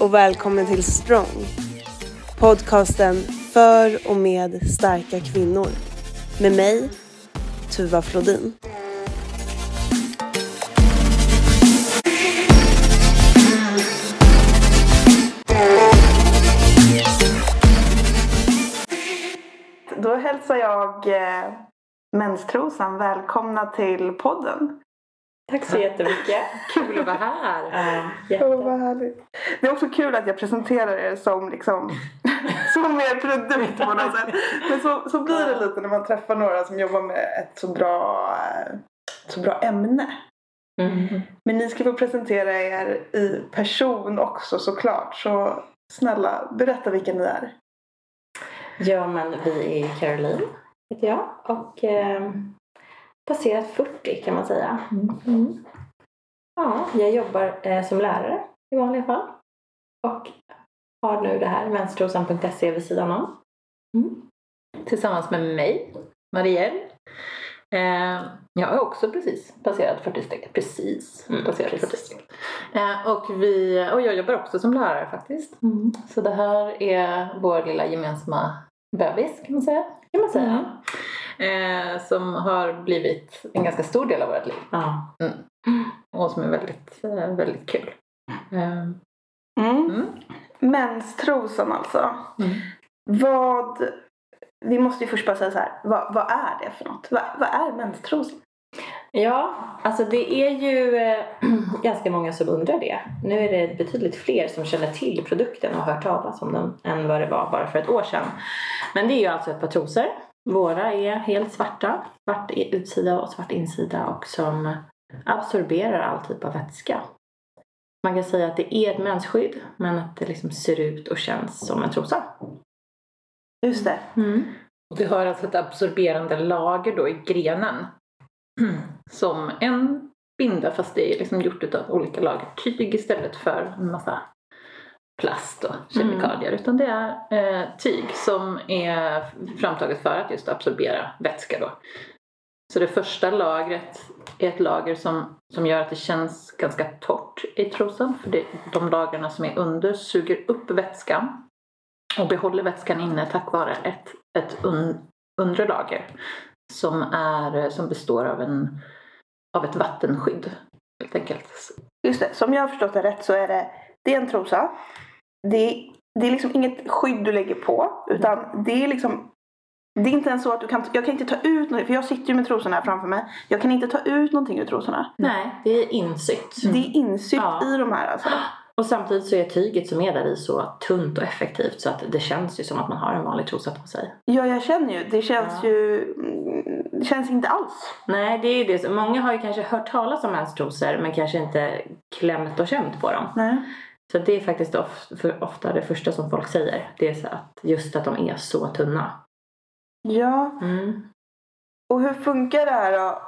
och välkommen till Strong. Podcasten för och med starka kvinnor. Med mig, Tuva Flodin. Då hälsar jag Menstrosan välkomna till podden. Tack så jättemycket. Kul att vara här. Vad härligt. Det är också kul att jag presenterar er som liksom som er produkt på något sätt. Men så blir det lite när man träffar några som jobbar med ett så bra ämne. Mm. Men ni ska få presentera er i person också såklart. Så snälla, berätta vilka ni är. Ja, men vi är Caroline, heter jag. Och passerat 40 kan man säga. Mm. Ja, jag jobbar som lärare i vanliga fall. Och har nu det här menstrosan.se vid sidan om. Tillsammans med mig, Marielle. Jag har också precis passerat 40 steg. Passerat 40 steg. Och jag jobbar också som lärare faktiskt. Så det här är vår lilla gemensamma bebis kan man säga. Som har blivit en ganska stor del av vårt liv. Och som är väldigt, väldigt kul. Menstrosan alltså. Vi måste ju först bara säga så här. Vad är det för något? Vad är menstrosan? Ja, alltså det är ju ganska många som undrar det. Nu är det betydligt fler som känner till produkten och har hört talas om den än vad det var bara för ett år sedan. Men det är ju alltså ett par trosor. Våra är helt svarta. Svart utsida och svart insida och som absorberar all typ av vätska. Man kan säga att det är ett mensskydd men att det liksom ser ut och känns som en trosa. Just det. Och det har alltså ett absorberande lager då i grenen. Som en binda fast det är liksom gjort av olika lager tyg istället för en massa plast och kemikalier. Utan det är tyg som är framtaget för att just absorbera vätska då. Så det första lagret är ett lager som gör att det känns ganska torrt i trosan. För de lagerna som är under suger upp vätskan och behåller vätskan inne tack vare ett undre lager som består av ett vattenskydd helt enkelt. Just det, som jag har förstått det rätt så är det är en trosa. Det är liksom inget skydd du lägger på utan det är liksom. Det är inte ens så att jag kan inte ta ut något, för jag sitter ju med trosorna här framför mig. Jag kan inte ta ut någonting ur trosorna. Nej, det är insytt. Det är insytt i de här alltså. Och samtidigt så är tyget som är där i så tunt och effektivt så att det känns ju som att man har en vanlig trosa på sig. Ja, jag känner ju. Det känns inte alls. Nej, det är ju det. Många har ju kanske hört talas om menstrosor men kanske inte klämt och känt på dem. Nej. Så det är faktiskt ofta det första som folk säger. Det är så att just att de är så tunna. Ja. Och hur funkar det här då?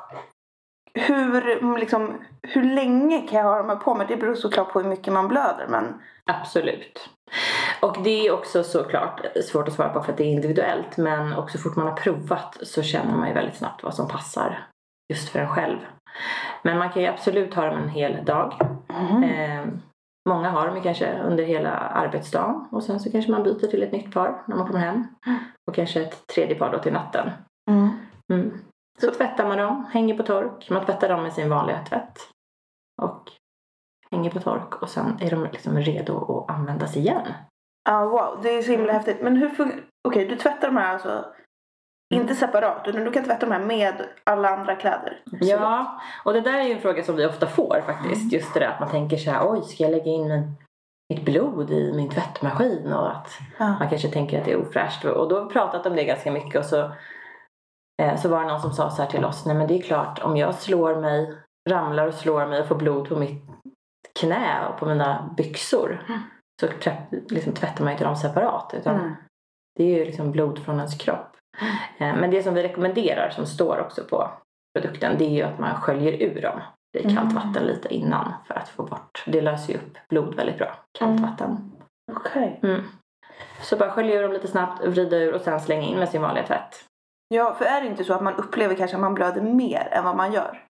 Hur länge kan jag ha dem här på mig? Det beror såklart på hur mycket man blöder. Men. Absolut. Och det är också såklart svårt att svara på för att det är individuellt. Men också fort man har provat så känner man ju väldigt snabbt vad som passar just för en själv. Men man kan ju absolut ha dem en hel dag. Många har dem kanske under hela arbetsdagen. Och sen så kanske man byter till ett nytt par när man kommer hem. Och kanske ett tredje par då till natten. Så tvättar man dem, hänger på tork. Man tvättar dem med sin vanliga tvätt. Och hänger på tork. Och sen är de liksom redo att användas igen. Wow, det är så himla häftigt. Men hur funkar. Okej, du tvättar de här alltså. Inte separat, utan du kan tvätta de här med alla andra kläder. Absolut. Ja, och det där är ju en fråga som vi ofta får faktiskt. Just det där att man tänker så här, oj, ska jag lägga in mitt blod i min tvättmaskin? Och att man kanske tänker att det är ofräscht. Och då har vi pratat om det ganska mycket. Och så var det någon som sa så här till oss, nej men det är klart, om jag ramlar och slår mig och får blod på mitt knä och på mina byxor. Så liksom tvättar man inte dem separat. Utan det är ju liksom blod från ens kropp. Men det som vi rekommenderar som står också på produkten, det är ju att man sköljer ur dem i kallt vatten lite innan för att få bort. Det löser ju upp blod väldigt bra, kallt vatten. Okej. Så bara skölja ur dem lite snabbt, vrida ur och sen slänga in med sin vanliga tvätt. Ja, för är det inte så att man upplever kanske att man blöder mer än vad man gör?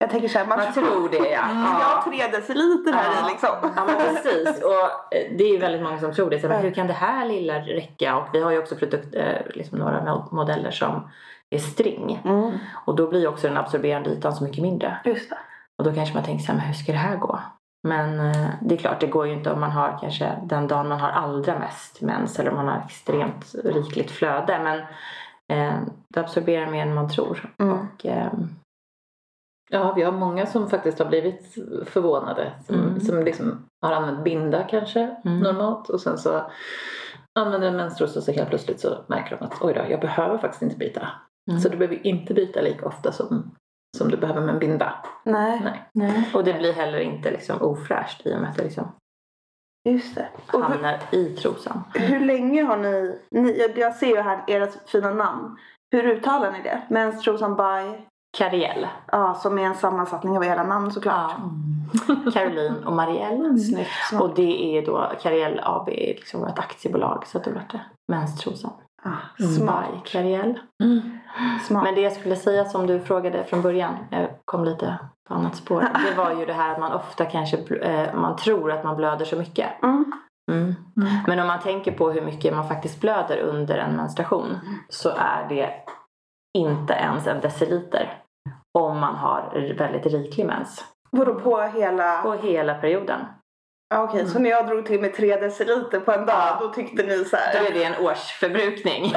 Jag tänker så här, man tror det, ja. Jag har 3 deciliter här i liksom. Ja, men precis. Och det är ju väldigt många som tror det. Så hur kan det här lilla räcka? Och vi har ju också liksom några modeller som är string. Och då blir också den absorberande ytan så mycket mindre. Just det. Och då kanske man tänker så här, men hur ska det här gå? Men det är klart, det går ju inte om man har kanske den dagen man har allra mest mens. Eller om man har extremt rikligt flöde. Men det absorberar mer än man tror. Och... Ja, vi har många som faktiskt har blivit förvånade. Som liksom har använt binda kanske normalt. Och sen så använder en menstrosa så helt plötsligt så märker de att oj då, jag behöver faktiskt inte byta. Så du behöver inte byta lika ofta som du behöver med en binda. Nej. Och det blir heller inte liksom ofräscht i och med att det liksom Just det. Och hamnar i trosan. Hur länge har ni jag ser ju här ert fina namn. Hur uttalar ni det? Menstrosan by Cariel. Ja, som är en sammansättning av era namn såklart. Caroline och Marielle. Snyggt. Och det är då Cariel AB, liksom ett aktiebolag, så att det blir det menstrosan. Smart. By Cariel. Smart. Men det jag skulle säga som du frågade från början, jag kom lite på annat spår. Det var ju det här att man ofta kanske man tror att man blöder så mycket. Men om man tänker på hur mycket man faktiskt blöder under en menstruation, så är det inte ens en deciliter om man har väldigt riklig mens. Vadå på hela? På hela perioden. Okej, så när jag drog till med 3 deciliter på en dag, då tyckte ni så här. Då är det en årsförbrukning.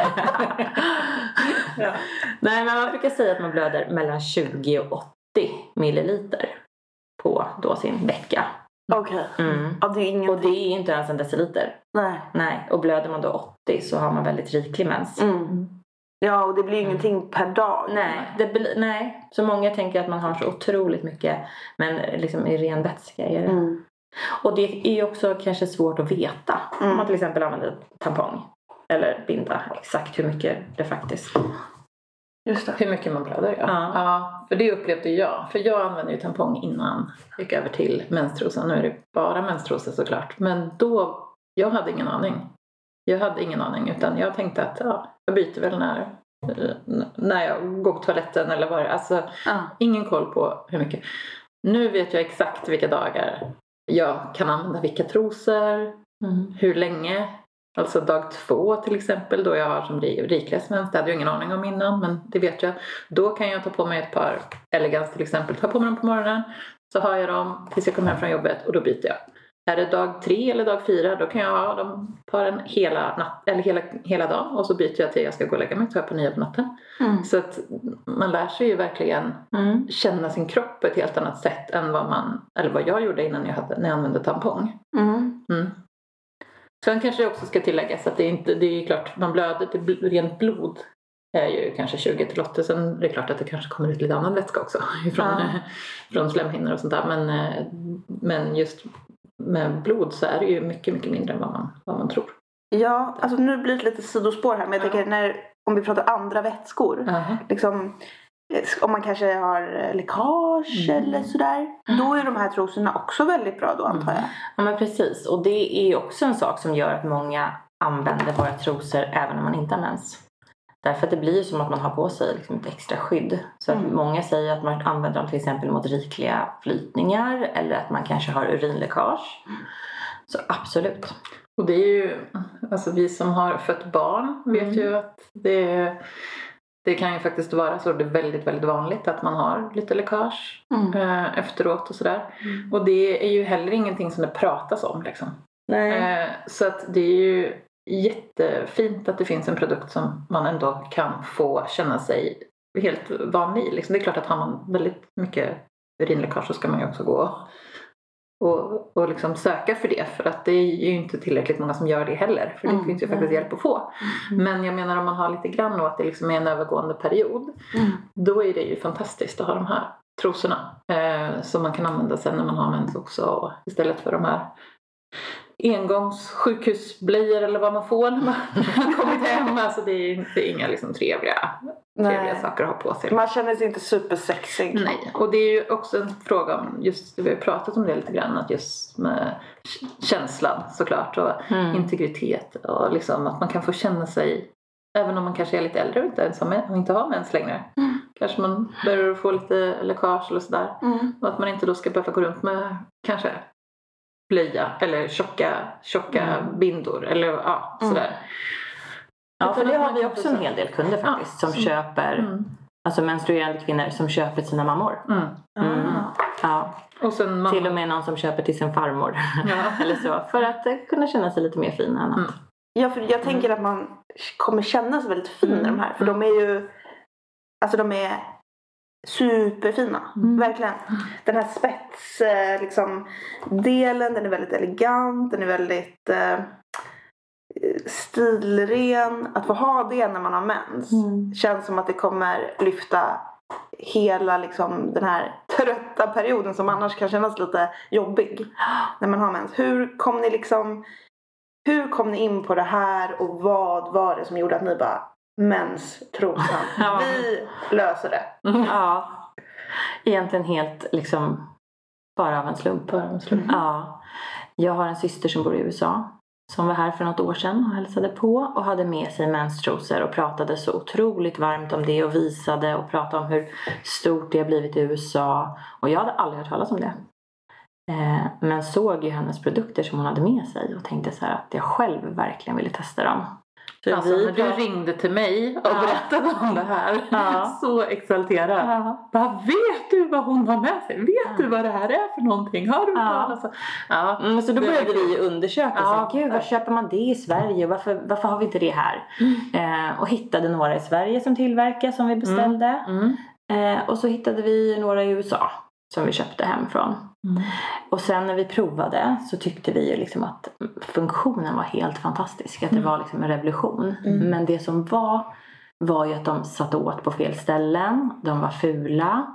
Nej, men man brukar säga att man blöder mellan 20 och 80 milliliter på då sin vecka. Okej. Ja, det är ingenting. Och det är inte ens en deciliter. Nej. Och blöder man då 80 så har man väldigt riklig mens. Ja, och det blir ingenting per dag. Nej. Så många tänker att man har så otroligt mycket. Men liksom i ren vätska är det. Och det är ju också kanske svårt att veta. Om man till exempel använder tampong eller binda. Exakt hur mycket det faktiskt. Just det. Hur mycket man blöder, ja. För det upplevde jag. För jag använde ju tampong innan jag gick över till menstrosa. Nu är det bara menstrosa såklart. Men då, jag hade ingen aning. Utan jag tänkte att jag byter väl när jag går på toaletten eller vad det är. Alltså, ingen koll på hur mycket. Nu vet jag exakt vilka dagar jag kan använda vilka trosor. Hur länge. Alltså dag 2 till exempel, då jag har som rikligast mens. Det hade jag ingen aning om innan, men det vet jag. Då kan jag ta på mig ett par Elegance till exempel. Ta på mig dem på morgonen. Så har jag dem tills jag kommer hem från jobbet och då byter jag. Är det dag 3 eller dag 4, då kan jag ha dem paren hela natt, eller hela dagen. Och så byter jag till jag ska gå och lägga mig, tar jag på nya på natten. Så att man lär sig ju verkligen känna sin kropp på ett helt annat sätt än vad jag gjorde innan när jag använde tampong. Sen kanske det också ska tilläggas att det är klart, man blöder till rent blod är ju kanske 20-80. Sen är det klart att det kanske kommer ut lite annan vätska också från slemhinnor och sånt där. Men just med blod så är det ju mycket, mycket mindre än vad man tror. Ja, alltså nu blir det lite sidospår här. Men jag tänker om vi pratar andra vätskor. Liksom, om man kanske har läckage eller sådär. Då är de här trosorna också väldigt bra då, antar jag. Ja, men precis. Och det är också en sak som gör att många använder våra trosor även om man inte har mens. Därför att det blir ju som att man har på sig liksom ett extra skydd. Så att många säger att man använder dem till exempel mot rikliga flytningar. Eller att man kanske har urinläckage. Så absolut. Och det är ju, alltså vi som har fött barn vet ju att det kan ju faktiskt vara så. Det är väldigt, väldigt vanligt att man har lite läckage efteråt och sådär. Och det är ju heller ingenting som det pratas om liksom. Så att det är ju jättefint att det finns en produkt som man ändå kan få känna sig helt van i. Liksom. Det är klart att har man väldigt mycket urinläckage så ska man ju också gå och liksom söka för det. För att det är ju inte tillräckligt många som gör det heller. För det finns ju faktiskt hjälp att få. Men jag menar om man har lite grann och att det liksom är en övergående period. Då är det ju fantastiskt att ha de här trosorna. Som man kan använda sen när man har mens också. Istället för de här engångssjukhusblöjor eller vad man får när man har kommit hem. Alltså det är inga liksom trevliga saker att ha på sig. Man känner sig inte supersexig. Nej, och det är ju också en fråga om just, vi har pratat om det lite grann, att just med känslan såklart och integritet och liksom att man kan få känna sig, även om man kanske är lite äldre och inte har mens längre, kanske man börjar få lite läckage eller sådär. Och att man inte då ska behöva gå runt med kanske blöja eller tjocka bindor eller sådär. Ja, för det har vi också en hel del kunder faktiskt som köper, alltså menstruerande kvinnor som köper till sina mammor. Ja. Och sen till och med någon som köper till sin farmor. Eller så, för att kunna känna sig lite mer fin än annat. Ja, för jag tänker att man kommer känna sig väldigt fin i de här. För de är ju, alltså de är superfina. Verkligen. Den här spets liksom, delen, den är väldigt elegant. Den är väldigt stilren. Att få ha det när man har mens känns som att det kommer lyfta hela liksom, den här trötta perioden som annars kan kännas lite jobbig när man har mens. Hur kom ni in på det här och vad var det som gjorde att ni bara menstrosan, vi löser det? Ja, egentligen helt liksom bara av en slump. Ja. Jag har en syster som bor i USA som var här för något år sedan och hälsade på och hade med sig menstrosor och pratade så otroligt varmt om det och visade och pratade om hur stort det har blivit i USA. Och jag hade aldrig hört talas om det. Men såg ju hennes produkter som hon hade med sig och tänkte så här att jag själv verkligen ville testa dem. Alltså när du ringde till mig och berättade om det här, så exalterad. Bara, vet du vad hon har med sig? Vet du vad det här är för någonting? Har du talat så? Så då började vi undersöka. Gud, var köper man det i Sverige? Varför har vi inte det här? Och hittade några i Sverige som tillverkar som vi beställde. Och så hittade vi några i USA som vi köpte hemifrån. Och sen när vi provade så tyckte vi ju liksom att funktionen var helt fantastisk. Att det var liksom en revolution. Men det som var ju att de satt åt på fel ställen. De var fula.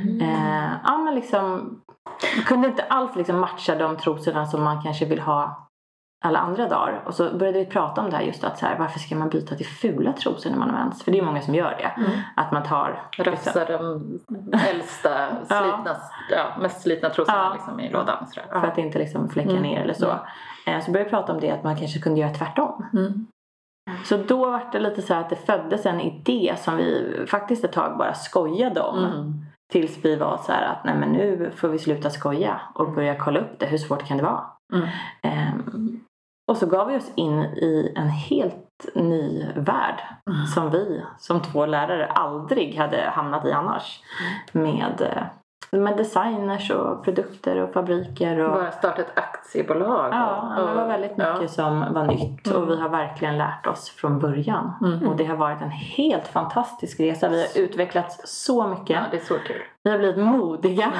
Men liksom kunde inte alls liksom matcha de trosorna som man kanske vill ha alla andra dagar. Och så började vi prata om det här just att så här, varför ska man byta till fula trosor när man har mens? För det är många som gör det. Att man tar rafsar de äldsta mest slitna trosorna liksom i lådan. För att inte liksom fläcka ner eller så. Så började vi prata om det att man kanske kunde göra tvärtom. Så då var det lite så här att det föddes en idé som vi faktiskt ett tag bara skojade om. Tills vi var så här att nej men nu får vi sluta skoja och börja kolla upp det. Hur svårt kan det vara? Och så gav vi oss in i en helt ny värld som vi som 2 lärare aldrig hade hamnat i annars. Med designers och produkter och fabriker. Och bara starta ett aktiebolag. Det var väldigt mycket som var nytt. Och vi har verkligen lärt oss från början. Och det har varit en helt fantastisk resa. Vi har utvecklats så mycket. Ja, det är så kul. Vi har blivit modiga.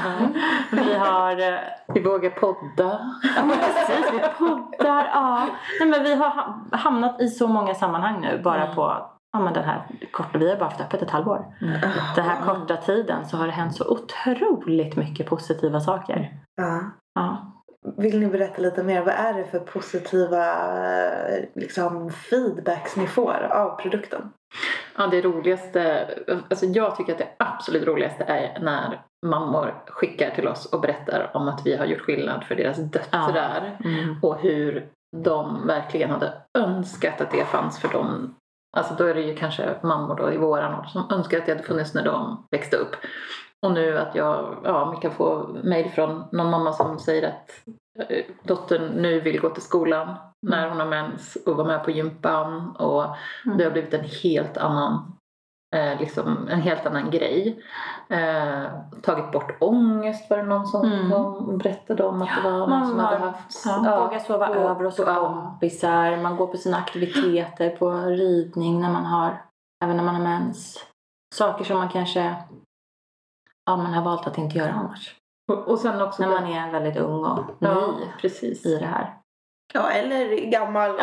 Vi vågar podda. Ja, precis. Vi poddar. Nej, men vi har hamnat i så många sammanhang nu. Bara på den här korta, vi har bara haft öppet ett halvår. Den här korta tiden så har det hänt så otroligt mycket positiva saker. Vill ni berätta lite mer? Vad är det för positiva liksom, feedbacks ni får av produkten? Ja, det roligaste, alltså jag tycker att det absolut roligaste är när mammor skickar till oss och berättar om att vi har gjort skillnad för deras döttrar. Och hur de verkligen hade önskat att det fanns för dem. Alltså då är det ju kanske mammor då i våran år som önskar att det hade funnits när de växte upp. Och nu att vi kan få mejl från någon mamma som säger att dottern nu vill gå till skolan när hon har mens och vara med på gympan. Och det har blivit en helt annan grej. Tagit bort ångest, var det någon som kom och berättade om att det var någon som hade haft. Våga sova över hos kompisar. Man går på sina aktiviteter, på ridning även när man har mens. Saker som man kanske man har valt att inte göra annars. Och sen också när man är väldigt ung och ny i det här. Ja, eller gammal.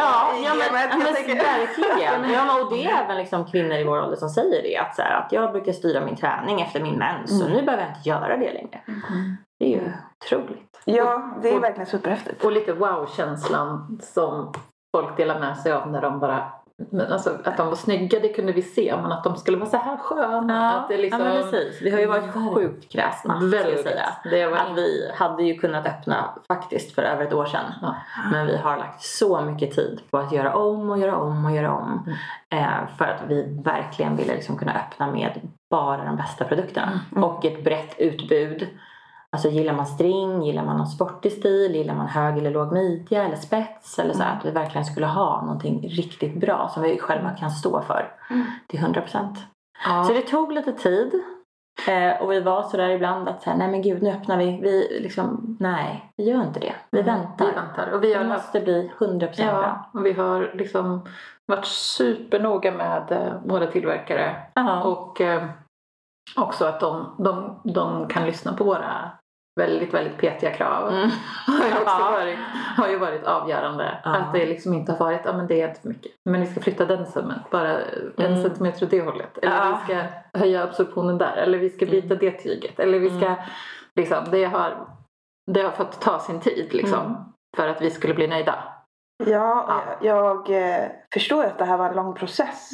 Verkligen. Och det är även liksom kvinnor i vår ålder som säger det. Att jag brukar styra min träning efter min mens. Så nu behöver jag inte göra det längre. Det är ju otroligt. Ja, det är verkligen superhäftigt. Och lite wow-känslan som folk delar med sig av när de bara... Alltså, att de var snygga, det kunde vi se. Men att de skulle vara så här sköna. Att det liksom... men precis. Vi har ju varit sjukt kräsna. Väldigt. Att vi hade ju kunnat öppna faktiskt för över ett år sedan. Men vi har lagt så mycket tid på att göra om. För att vi verkligen ville liksom kunna öppna med bara de bästa produkterna. Och ett brett utbud. Alltså gillar man string, gillar man någon sportig stil, gillar man hög eller låg midja eller spets eller så, att vi verkligen skulle ha någonting riktigt bra som vi själva kan stå för till 100%. Så det tog lite tid. Och vi var så där ibland att säga, nej men gud, nu öppnar vi liksom, nej, vi gör inte det. Vi väntar. Och det måste bli 100% bra. Och vi har liksom varit supernoga med våra tillverkare. Och också att de kan lyssna på våra väldigt, väldigt petiga krav. Har ju varit avgörande. Att det liksom inte har varit, men det är inte för mycket. Men vi ska flytta den sömmen, bara 1 centimeter åt det hållet. Eller vi ska höja absorptionen där. Eller vi ska byta det tyget. Eller vi ska, liksom, det har fått ta sin tid liksom. För att vi skulle bli nöjda. Ja, jag förstår att det här var en lång process.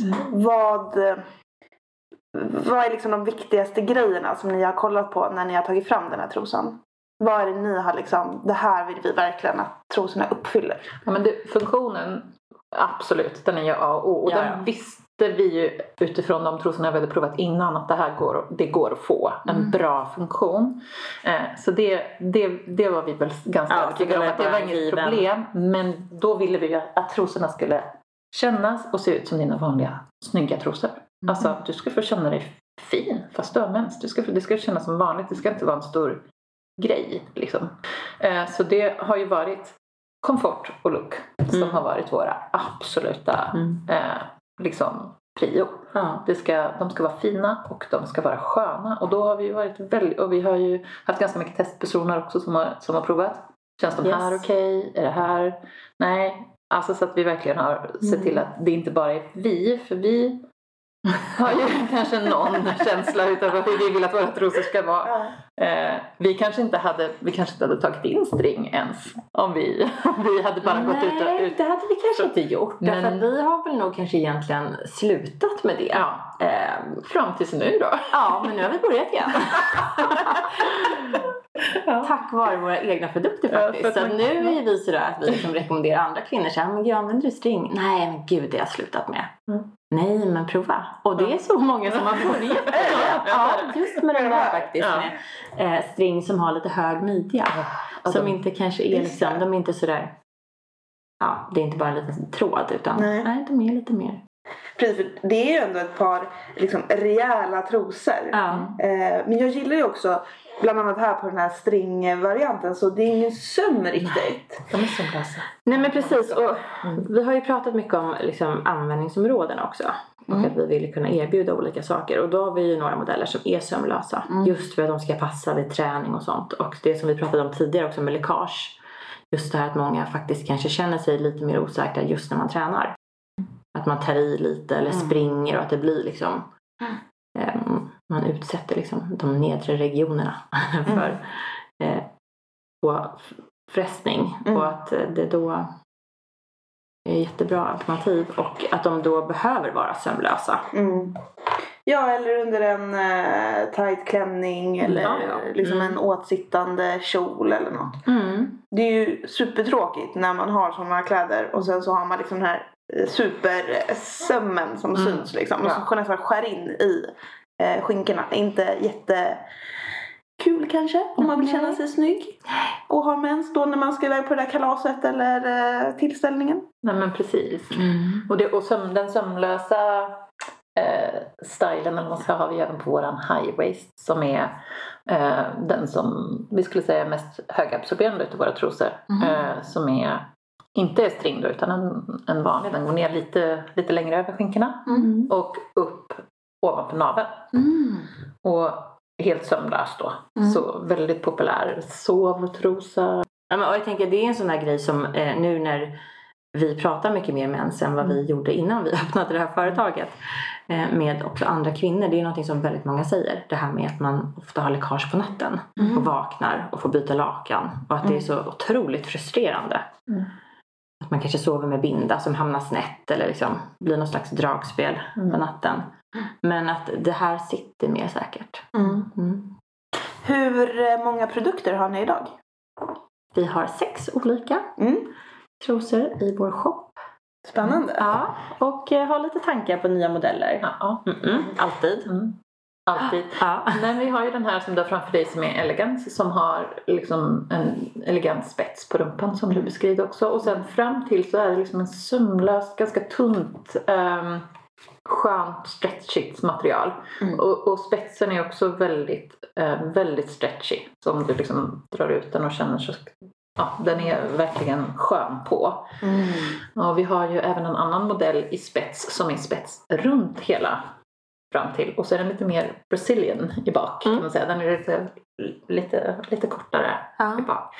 Vad är liksom de viktigaste grejerna som ni har kollat på när ni har tagit fram den här trosan? Vad är det ni har liksom, det här vill vi verkligen att trosorna uppfyller? Ja, men funktionen, absolut, den är ju A och O. Och den visste vi ju utifrån de trosorna vi hade provat innan att det går att få en bra funktion. Så det var vi väl ganska övertygade om att det var inget problem. Men då ville vi ju att trosorna skulle kännas och se ut som dina vanliga snygga trosor. Alltså du ska få känna dig fin fast du har mens. Det ska kännas som vanligt. Det ska inte vara en stor grej liksom. Så det har ju varit komfort och look som har varit våra absoluta liksom prio. De ska vara fina och de ska vara sköna. Och då har vi varit och vi har ju haft ganska mycket testpersoner också som har provat. Känns de här okej? Är det här? Nej. Alltså så att vi verkligen har sett till att det inte bara är vi. För vi har ju kanske någon känsla utav hur vi vill att våra trosor ska vara. Vi kanske inte hade tagit in string ens om vi hade bara gått ut. Nej, det hade vi kanske inte gjort. Men därför att vi har väl nog kanske egentligen slutat med det. Fram tills nu då. Ja, men nu har vi börjat igen. Tack vare våra egna produkter faktiskt. Så nu är vi sådär att vi liksom rekommenderar andra kvinnor så här, men jag använder du string? Nej, men gud, det har jag slutat med. Nej, men prova. Och det är så många som har börjat. Just med den där faktiskt. Med string som har lite hög midja. Som inte kanske är liksom, de är inte sådär, det är inte bara en liten tråd utan nej, de är lite mer. Precis, för det är ju ändå ett par liksom rejäla trosor. Men jag gillar ju också, bland annat här på den här stringvarianten, så det är ingen söm riktigt. De är sömlösa. Nej, men precis. Och vi har ju pratat mycket om liksom användningsområden också. Och att vi vill kunna erbjuda olika saker. Och då har vi ju några modeller som är sömlösa. Just för att de ska passa vid träning och sånt. Och det som vi pratade om tidigare också med läckage. Just det här att många faktiskt kanske känner sig lite mer osäkra just när man tränar. Att man tar i lite eller springer och att det blir liksom... man utsätter liksom de nedre regionerna för frestning. Och att det då är jättebra alternativ. Och att de då behöver vara sömlösa. Ja, eller under en tight klänning eller liksom en åtsittande kjol eller något. Det är ju supertråkigt när man har sådana kläder och sen så har man liksom den här supersömmen som syns liksom. Och så nästan skär in i skinkorna. Inte jättekul kanske om man vill känna sig snygg och ha mens då när man ska iväg på det där kalaset eller tillställningen. Nej, men precis. Och den sömlösa stylen eller vad ska ha vi även på våran high waist som är den som vi skulle säga är mest högabsorberande utav våra trosor. Som är inte är string då, utan en vanlig. Den går ner lite längre över skinkorna och upp ovanför naveln. Och helt sömlös då. Så väldigt populär sovtrosa. Ja, men, och jag tänker det är en sån här grej som nu när vi pratar mycket mer mens än vad vi gjorde innan vi öppnade det här företaget. Med också andra kvinnor. Det är något som väldigt många säger. Det här med att man ofta har läckage på natten. Och vaknar och får byta lakan. Och att det är så otroligt frustrerande. Att man kanske sover med binda som hamnar snett. Eller liksom blir någon slags dragspel på natten. Men att det här sitter mer säkert. Hur många produkter har ni idag? Vi har 6 olika trosor i vår shop. Spännande. Ja, och har lite tankar på nya modeller. Alltid. Alltid. Men vi har ju den här som du har framför dig som är elegans. Som har liksom en elegant spets på rumpan som du beskriver också. Och sen fram till så är det liksom en sömlös, ganska tunt, skönt stretchigt material. Och spetsen är också väldigt, väldigt stretchy. Så om du liksom drar ut den och känner så... Ja, den är verkligen skön på. Och vi har ju även en annan modell i spets som är spets runt hela fram till. Och så är den lite mer Brazilian i bak kan man säga. Den är lite kortare i bak.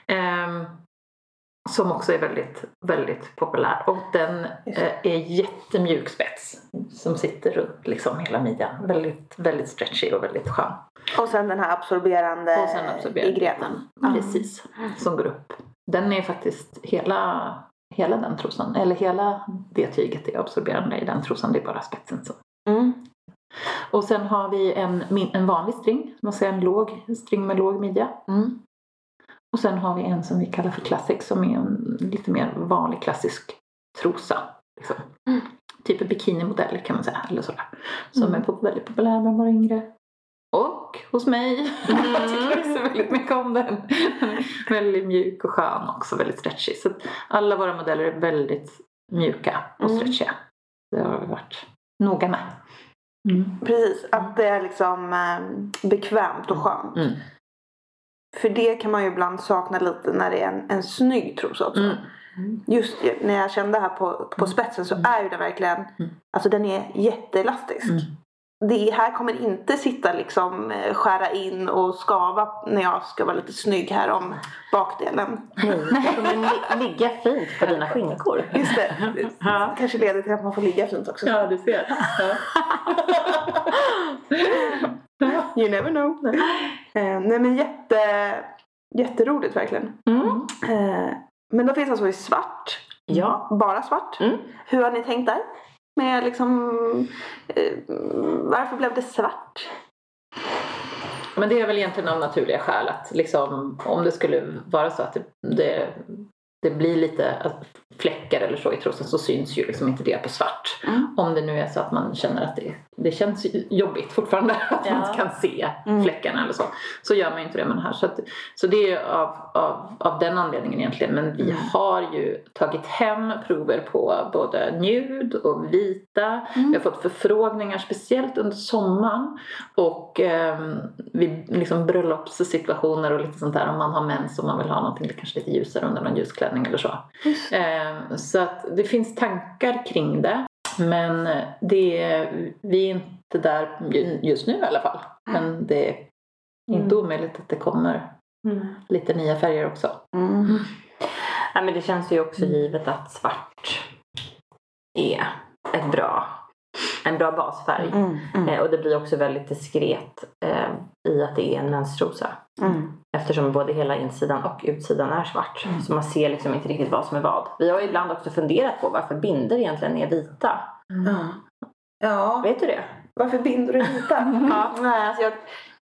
Som också är väldigt, väldigt populär. Och den är jättemjuk spets som sitter runt liksom hela midjan. Väldigt, väldigt stretchy och väldigt skön. Och sen den här absorberande i grenen. Precis, som går upp. Den är faktiskt hela den trosan. Eller hela det tyget är absorberande i den trosan. Det är bara spetsen så. Och sen har vi en vanlig string. Man säger en låg string med låg midja. Och sen har vi en som vi kallar för classic. Som är en lite mer vanlig klassisk trosa. Liksom. Typ en bikinimodell kan man säga. Eller sådär. Som är väldigt populär bland våra yngre. Och hos mig. Jag tycker också väldigt mycket om den. Väldigt mjuk och skön också. Väldigt stretchy. Så alla våra modeller är väldigt mjuka och stretchiga. Det har vi varit noga med. Precis, att det är liksom bekvämt och skönt. För det kan man ju ibland sakna lite när det är en snygg trosa också. Just när jag kände här på spetsen så är ju den verkligen, alltså den är jätteelastisk. Det här kommer inte sitta liksom skära in och skava när jag ska vara lite snygg här om bakdelen. Nej, det kommer ligga fint på dina skinkor. Just det. Kanske leder till att man får ligga fint också. Ja, du ser. You never know. Nej men jätteroligt verkligen. Men då finns alltså i svart. Ja. Bara svart. Hur har ni tänkt där? Med liksom, varför blev det svart? Men det är väl egentligen av naturliga skäl att liksom, om det skulle vara så att det blir lite fläckar eller så i trosen så syns ju liksom inte det på svart. Om det nu är så att man känner att det känns jobbigt fortfarande att man inte kan se fläckarna eller så gör man inte det med den här. Så det är av den anledningen egentligen. Men vi har ju tagit hem prover på både nude och vita. Vi har fått förfrågningar speciellt under sommaren och vid liksom bröllopssituationer och lite sånt där, om man har mens och man vill ha någonting kanske lite ljusare under någon ljusklänning eller så. Så att det finns tankar kring det, men vi är inte där just nu i alla fall. Men det är inte omöjligt att det kommer lite nya färger också. Ja, men det känns ju också givet att svart är en bra basfärg. Och det blir också väldigt diskret i att det är en menstrosa. Eftersom både hela insidan och utsidan är svart. Så man ser liksom inte riktigt vad som är vad. Vi har ju ibland också funderat på varför binder egentligen är vita. Ja. Vet du det? Varför binder du vita? Nej, alltså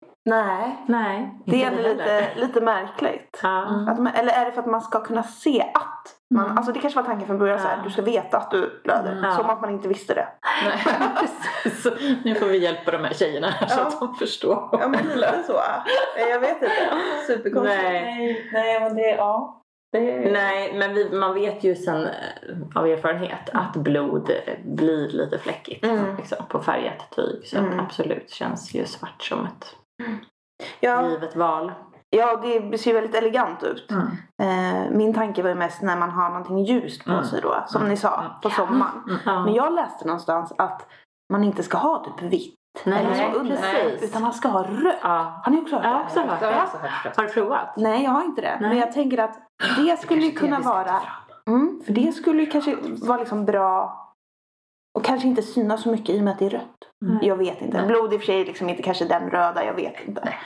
Nej. Det är lite märkligt. Eller är det för att man ska kunna se att man, alltså det kanske var tanken från början så här, du ska veta att du blöder. Som att man inte visste det. Nej, precis. Så nu får vi hjälpa de här tjejerna här så att de förstår. Ja, men lite så. Jag vet inte. Superkonstigt. Nej, men det Nej, men man vet ju sen av erfarenhet att blod blir lite fläckigt liksom, på färgat tyg. Så absolut känns ju svart som ett givet val. Ja, det ser väldigt elegant ut. Min tanke var ju mest när man har någonting ljust på sig då. Som ni sa, på sommaren. Men jag läste någonstans att man inte ska ha typ vitt. Nej, precis. Utan man ska ha rött. Har ni också hört det? Ja, också hört det. Har du provat? Nej, jag har inte det. Nej. Men jag tänker att det skulle ju kunna vara... för det skulle ju kanske vara liksom bra... Och kanske inte synas så mycket i och med att det är rött. Jag vet inte. Blod i och för sig är liksom inte kanske den röda, jag vet inte. Nej.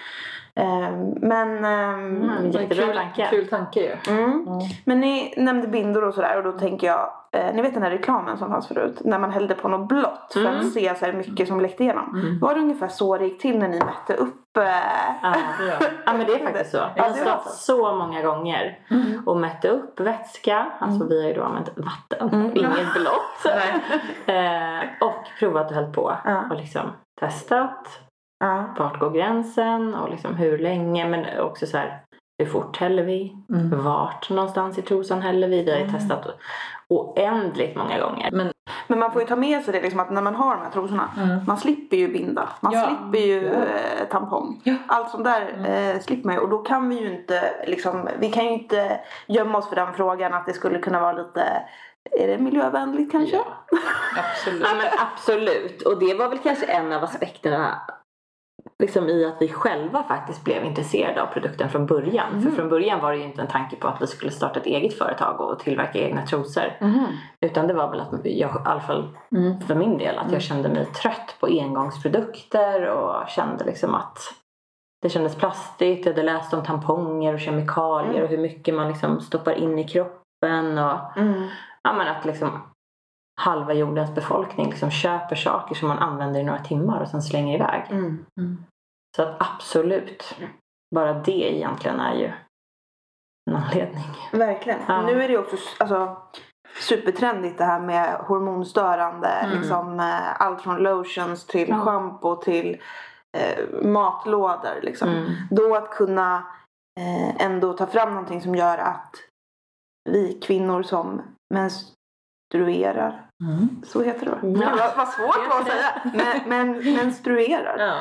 Kul tanke ju. Men ni nämnde bindor och sådär. Och då tänker jag, ni vet den här reklamen som fanns förut, när man hällde på något blått för att se så här mycket som läckte igenom. Var det ungefär så det gick till när ni mätte upp? Ja, men det är faktiskt så. Jag har stått så många gånger och mätte upp vätska. Alltså vi har ju då använt vatten, inget blått. Och provat och hällt på och liksom testat. Vart går gränsen och liksom hur länge, men också så här, hur fort häller vi? Vart någonstans i trosan häller vi? Vi har ju testat oändligt många gånger. Men man får ju ta med sig det liksom, att när man har de här trosorna, man slipper ju binda, man slipper ju tampong. Allt sånt där slipper man ju. Och då kan vi ju inte liksom, vi kan ju inte gömma oss för den frågan att det skulle kunna vara lite, är det miljövänligt kanske? Ja, absolut. Ja, men absolut. Och det var väl kanske en av aspekterna liksom i att vi själva faktiskt blev intresserade av produkten från början. För från början var det ju inte en tanke på att vi skulle starta ett eget företag och tillverka egna trosor. Utan det var väl att jag, i alla fall för min del, att jag kände mig trött på engångsprodukter och kände liksom att det kändes plastigt. Jag hade läst om tamponger och kemikalier och hur mycket man liksom stoppar in i kroppen och ja, men att liksom halva jordens befolkning liksom köper saker som man använder i några timmar och sen slänger iväg. Så att absolut, bara det egentligen är ju en anledning. Verkligen. Ja. Nu är det också supertrendigt det här med hormonstörande. Liksom, allt från lotions till shampoo till matlådor. Liksom. Då att kunna ändå ta fram någonting som gör att vi kvinnor som menstruerar. Så heter det. Vad svårt det var att säga. Men menstruerar.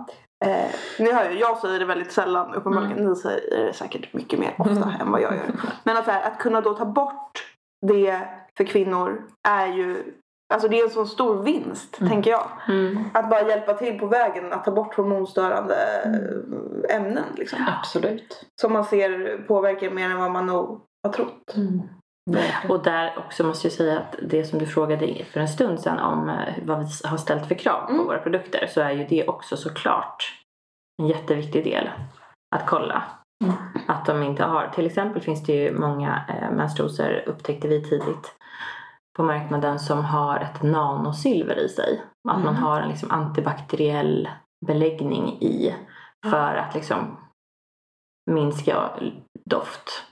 Jag säger det väldigt sällan. Uppenbarligen ni säger det säkert mycket mer ofta än vad jag gör. Men att kunna då ta bort det för kvinnor är ju, alltså det är en sån stor vinst, tänker jag. Att bara hjälpa till på vägen att ta bort hormonstörande ämnen. Liksom. Absolut. Som man ser påverkar mer än vad man nog har trott. Och där också måste jag säga att det som du frågade för en stund sedan om vad vi har ställt för krav på våra produkter, så är ju det också såklart en jätteviktig del att kolla. Att de inte har, till exempel finns det ju många menstrosor, upptäckte vi tidigt på marknaden, som har ett nanosilver i sig. Att man har en liksom antibakteriell beläggning i för att liksom minska doft.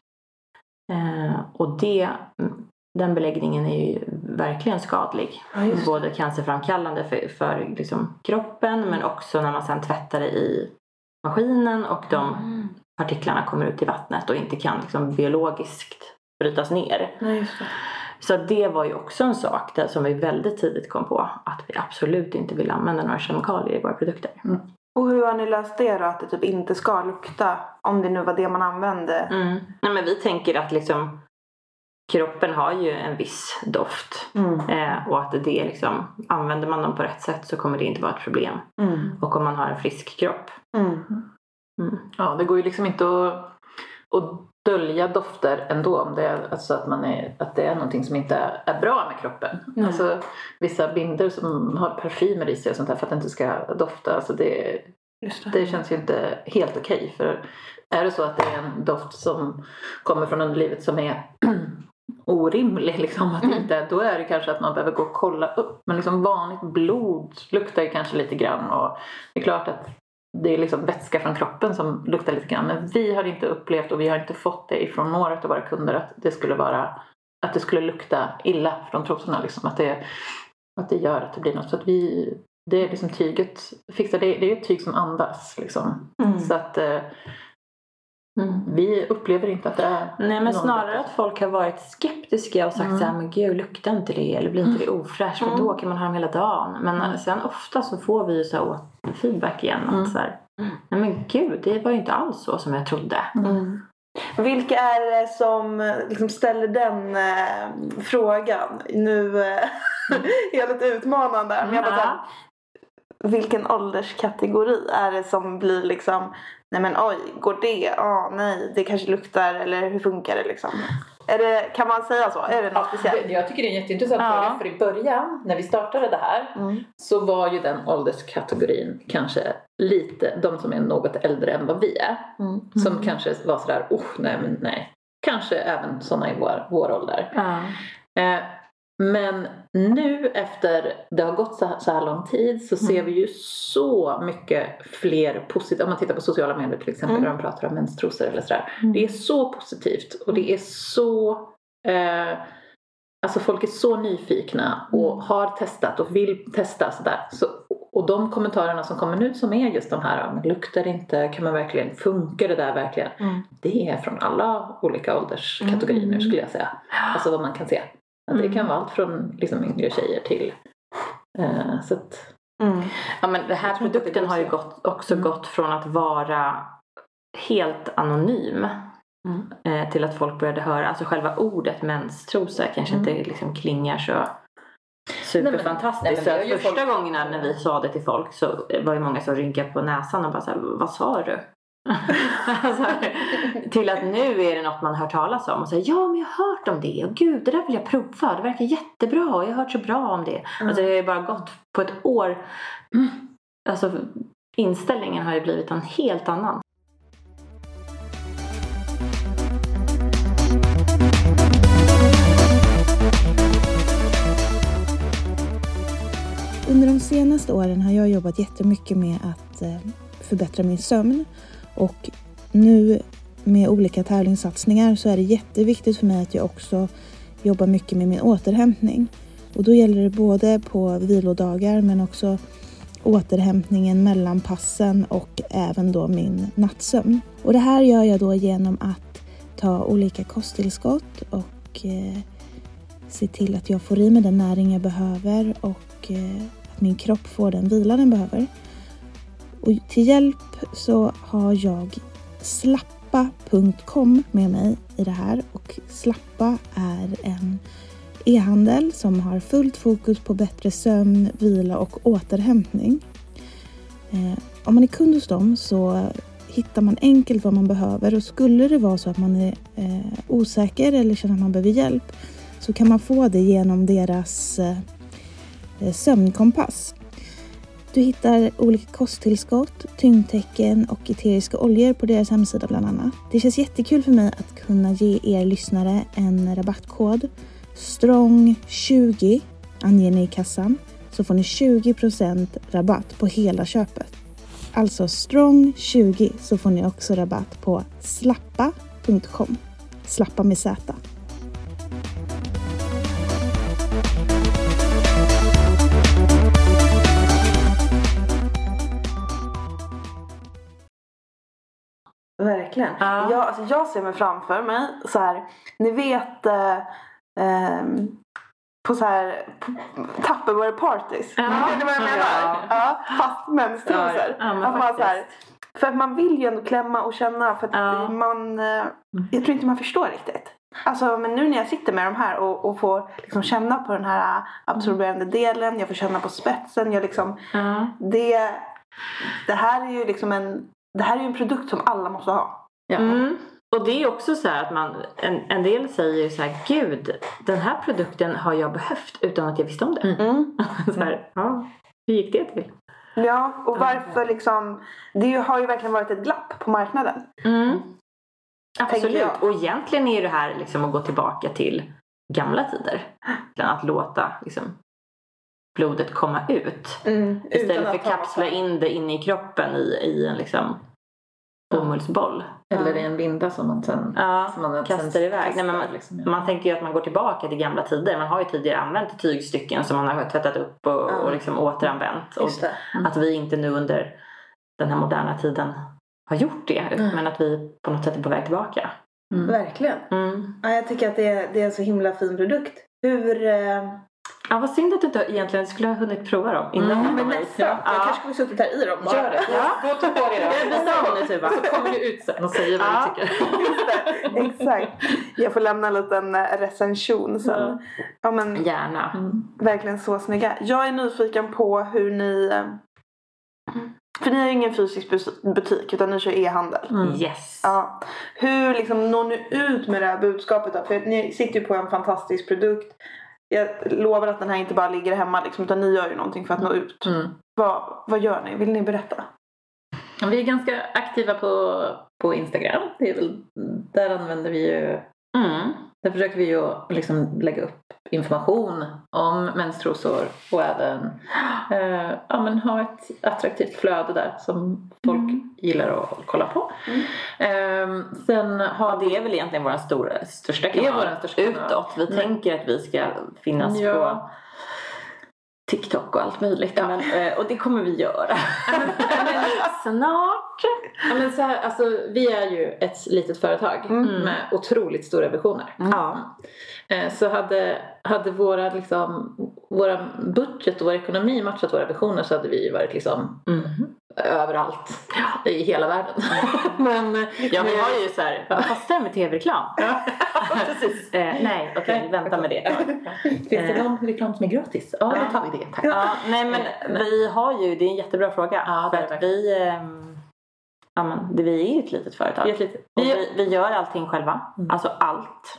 Och den beläggningen är ju verkligen skadlig. Både cancerframkallande för liksom kroppen, men också när man sedan tvättar det i maskinen och de partiklarna kommer ut i vattnet och inte kan liksom biologiskt brytas ner. Så det var ju också en sak där som vi väldigt tidigt kom på, att vi absolut inte vill använda några kemikalier i våra produkter. Och hur har ni löst det då? Att det typ inte ska lukta, om det nu var det man använde? Nej, men vi tänker att liksom kroppen har ju en viss doft. Och att det liksom, använder man dem på rätt sätt så kommer det inte vara ett problem. Och om man har en frisk kropp. Ja, det går ju liksom inte att dölja dofter ändå, om det är alltså att det är någonting som inte är bra med kroppen. Alltså vissa binder som har parfymer i sig och sånt här för att det inte ska dofta, alltså det känns ju inte helt okej. För är det så att det är en doft som kommer från underlivet som är orimlig liksom, att inte, då är det kanske att man behöver gå och kolla upp. Men liksom vanligt blod luktar ju kanske lite grann, och det är klart att det är liksom vätska från kroppen som luktar lite grann. Men vi har inte upplevt, och vi har inte fått det ifrån några av våra kunder, att det skulle lukta illa från trosorna liksom, att det gör att det blir något. Så att det är liksom tyget fixar, det är ett tyg som andas liksom. Så att vi upplever inte att det är. Nej, men snarare att folk har varit skeptiska och sagt så här, men gud, luktar inte det, eller blir inte det ofräscht, för då kan man ha dem hela dagen. Men sen ofta så får vi ju så här feedback igen att så här, nej men gud, det var ju inte alls så som jag trodde. Vilka är det som liksom ställer den frågan? Nu är jag lite utmanande, men jag bara här, vilken ålderskategori är det som blir liksom, nej men oj, går det? Nej, det kanske luktar, eller hur funkar det liksom? Kan man säga så? Är det något speciellt? Jag tycker det är en jätteintressant fråga, för i början när vi startade det här så var ju den ålderskategorin kanske lite de som är något äldre än vad vi är. Som kanske var sådär, nej. Kanske även sådana i vår ålder. Men nu efter det har gått så här lång tid så ser vi ju så mycket fler positivt. Om man tittar på sociala medier till exempel, där de pratar om menstrosor eller sådär. Det är så positivt, och det är så alltså folk är så nyfikna och har testat och vill testa sådär. Och de kommentarerna som kommer ut som är just de här, luktar inte, kan man verkligen, funkar det där verkligen? Det är från alla olika ålderskategorier nu skulle jag säga. Alltså vad man kan se. Att det kan vara allt från liksom yngre tjejer till så att, ja, men det här produkten har ju gått från att vara helt anonym till att folk började höra, alltså själva ordet menstrosa kanske inte liksom klingar så superfantastiskt. Så att första gångerna när vi sa det till folk så var ju många som rynkade på näsan och bara så här, vad sa du? Alltså, till att nu är det något man hör talas om och säger, ja men jag har hört om det och gud, det där vill jag prova, det verkar jättebra och jag har hört så bra om det. Alltså det har ju bara gått på ett år. Alltså inställningen har ju blivit en helt annan. Under de senaste åren har jag jobbat jättemycket med att förbättra min sömn. Och nu med olika tävlingssatsningar så är det jätteviktigt för mig att jag också jobbar mycket med min återhämtning. Och då gäller det både på vilodagar men också återhämtningen mellan passen och även då min nattsömn. Och det här gör jag då genom att ta olika kosttillskott och se till att jag får i mig den näring jag behöver och att min kropp får den vila den behöver. Och till hjälp så har jag slappa.com med mig i det här. Och Slappa är en e-handel som har fullt fokus på bättre sömn, vila och återhämtning. Om man är kund hos dem så hittar man enkelt vad man behöver. Och skulle det vara så att man är osäker eller känner att man behöver hjälp så kan man få det genom deras sömnkompass. Du hittar olika kosttillskott, tyngdtecken och eteriska oljor på deras hemsida bland annat. Det känns jättekul för mig att kunna ge er lyssnare en rabattkod. STRONG20 anger ni i kassan så får ni 20% rabatt på hela köpet. Alltså STRONG20 så får ni också rabatt på slappa.com. Slappa med Z. Verkligen. Jag ser mig framför mig så här, ni vet på så här Tupperware parties. Det är vad jag menar. Ja, fast menstrosor. Att man så här, för att man vill ju ändå klämma och känna för att man jag tror inte man förstår riktigt. Alltså men nu när jag sitter med de här och får liksom känna på den här absorberande delen, jag får känna på spetsen, jag liksom det här är ju liksom en produkt som alla måste ha. Ja. Och det är också så här att man en del säger så här, gud, den här produkten har jag behövt utan att jag visste om det. Så här, hur gick det till? Ja, och varför liksom det har ju verkligen varit ett glapp på marknaden. Absolut, och egentligen är det här liksom att gå tillbaka till gamla tider. Att låta liksom blodet komma ut. Istället för att kapsla in det inne i kroppen i en liksom bomullsboll. Eller i en linda som man sen kastar iväg. Nej, men man tänker ju att man går tillbaka till gamla tider. Man har ju tidigare använt tygstycken som man har tvättat upp och liksom återanvänt. Och att vi inte nu under den här moderna tiden har gjort det. Men att vi på något sätt är på väg tillbaka. Verkligen. Ja, jag tycker att det är en så himla fin produkt. Hur... Ja, vad synd att du inte egentligen skulle ha hunnit prova dem innan. Men nästan. Jag kanske skulle suttit här i dem bara. Gör det. Gå till på det då. Jag byter om nu typ. Så kommer du ut sen och säger vad du tycker. Just det. Exakt. Jag får lämna en liten recension sen. Ja, men gärna. Verkligen så snygga. Jag är nyfiken på hur ni... För ni har ju ingen fysisk butik utan ni kör e-handel. Yes. Ja. Hur liksom når ni ut med det här budskapet då? För ni sitter ju på en fantastisk produkt. Jag lovar att den här inte bara ligger hemma liksom, utan ni gör ju någonting för att nå ut. Vad gör ni? Vill ni berätta? Vi är ganska aktiva på Instagram. Det är väl, där använder vi ju... Där försöker vi ju liksom lägga upp information om menstrosor och även ha ett attraktivt flöde där som folk gillar att kolla på. Sen har det är väl egentligen vår största kanal utåt. Vi tänker att vi ska finnas på TikTok och allt möjligt. Ja. Och det kommer vi göra. Snart. Ja, men så här, alltså, vi är ju ett litet företag med otroligt stora visioner. Ja. Så hade våra budget och vår ekonomi matchat våra visioner, så hade vi ju varit liksom överallt i hela världen. Men vi har ju så här, vad kostar det med tv-reklam? precis. Nej, okej, vänta med det. Finns det någon reklam som är gratis? Ja, då tar vi det. Tack. Ja, nej, men vi har ju, det är en jättebra fråga. Ja, för att vi är ju ett litet företag. Vi gör allting själva. Alltså allt.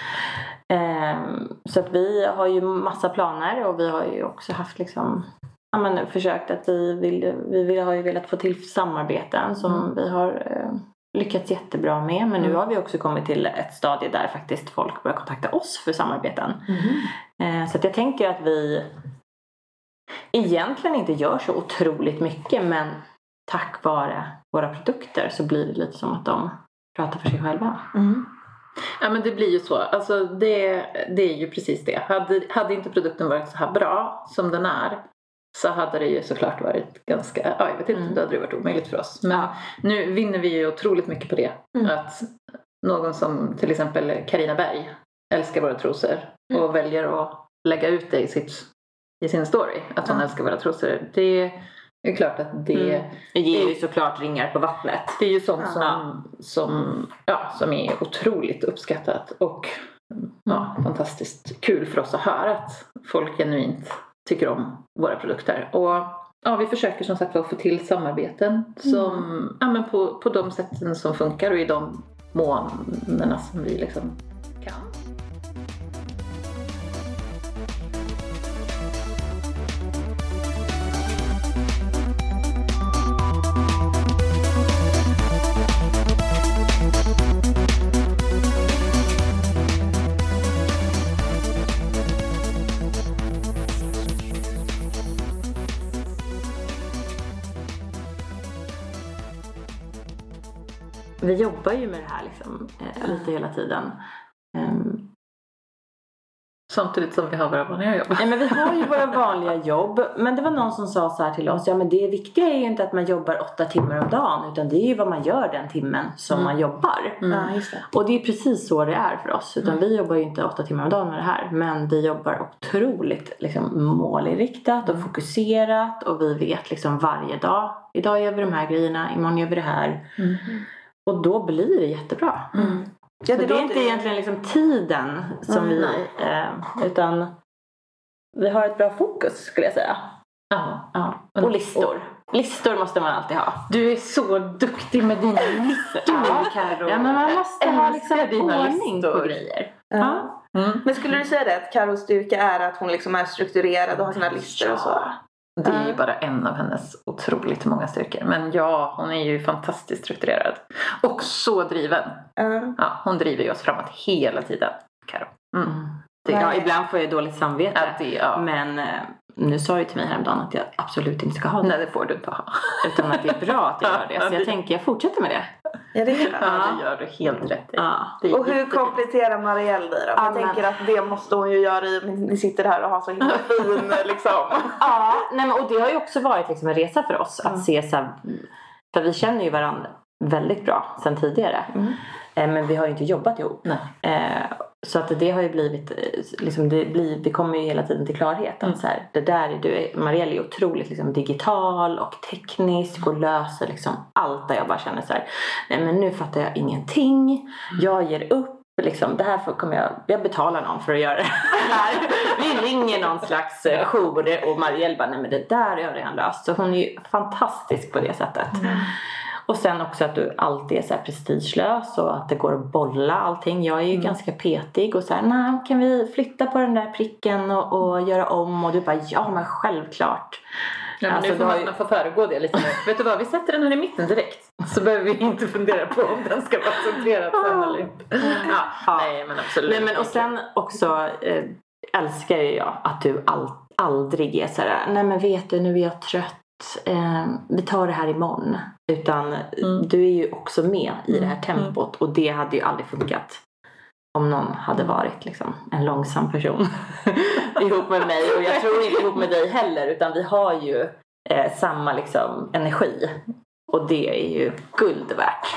Så att vi har ju massa planer, och vi har ju också haft liksom försökt att vi har ju velat få till samarbeten som vi har lyckats jättebra med, men nu har vi också kommit till ett stadie där faktiskt folk börjar kontakta oss för samarbeten. Så att jag tänker att vi egentligen inte gör så otroligt mycket, men tack vare våra produkter så blir det lite som att de pratar för sig själva. Ja, men det blir ju så. Alltså det är ju precis det. Hade inte produkten varit så här bra som den är, så hade det ju såklart varit ganska, jag vet inte, det hade varit omöjligt för oss. Men nu vinner vi ju otroligt mycket på det. Att någon som till exempel Carina Berg älskar våra trosor och väljer att lägga ut det i sin story, att hon älskar våra trosor. Det är klart att det ger ju såklart ringar på vattnet. Det är ju sånt som är otroligt uppskattat och fantastiskt kul för oss att höra att folk genuint tycker om våra produkter. Och vi försöker som sagt att få till samarbeten som på de sätten som funkar och i de månaderna som vi liksom kan. Vi jobbar ju med det här liksom, lite hela tiden. Samtidigt som vi har våra vanliga jobb. Ja, men vi har ju våra vanliga jobb. Men det var någon som sa så här till oss. Ja, men det viktiga är ju inte att man jobbar 8 timmar om dagen. Utan det är ju vad man gör den timmen som man jobbar. Ja, just det. Och det är precis så det är för oss. Utan vi jobbar ju inte 8 timmar om dagen med det här. Men vi jobbar otroligt liksom, målinriktat och fokuserat. Och vi vet liksom varje dag. Idag gör vi de här grejerna. Imorgon gör vi det här. Och då blir det jättebra. Ja, det är inte egentligen liksom tiden som vi utan vi har ett bra fokus, skulle jag säga. Ja. Och listor måste man alltid ha. Du är så duktig med dina listor, Karo. Ja, men man måste ha liksom ordning på grejer. Men skulle du säga det att Karos styrka är att hon liksom är strukturerad och har sina listor och så? Det är ju bara en av hennes otroligt många styrkor. Men hon är ju fantastiskt strukturerad. Och så driven. Ja, hon driver ju oss framåt hela tiden, Karo. Ibland får jag dåligt samvete. Men nu sa ju till mig häromdagen att jag absolut inte ska ha det. Nej, det får du inte ha. Utan att det är bra att jag gör det. Så jag tänker, jag fortsätter med det. Ja, det gör du helt rätt i. Och hur kompletterar Marielle dig då? Jag tänker att det måste hon ju göra ni sitter här och har så himla fin liksom. Och det har ju också varit liksom en resa för oss. Att se så här, för vi känner ju varandra väldigt bra sedan tidigare. Men vi har ju inte jobbat ihop. Så att det har ju blivit liksom, vi kommer ju hela tiden till klarhet att så här, det där är Marielle är otroligt liksom, digital och teknisk och löser liksom allt, där jag bara känner så här, nej men nu fattar jag ingenting, jag ger upp liksom, det här kommer jag betalar någon för att göra det här. Vi ringer någon slags jour och Marielle bara, nej men det där har jag redan löst. Så hon är ju fantastisk på det sättet. Och sen också att du alltid är så här prestigelös och att det går att bolla allting. Jag är ju ganska petig och så här, nej, kan vi flytta på den där pricken och göra om? Och du bara, ja men självklart. Ja, men nu får man får föregå det lite. Vet du vad, vi sätter den här i mitten direkt. Så behöver vi inte fundera på om den ska vara centrerad sen eller inte. Nej men absolut. Nej, men och sen också älskar jag att du aldrig är så här, nej men vet du, nu är jag trött. Vi tar det här imorgon. Utan du är ju också med i det här tempot. Och det hade ju aldrig funkat om någon hade varit liksom en långsam person. ihop med mig. Och jag tror inte ihop med dig heller. Utan vi har ju samma liksom energi. Och det är ju guld värt.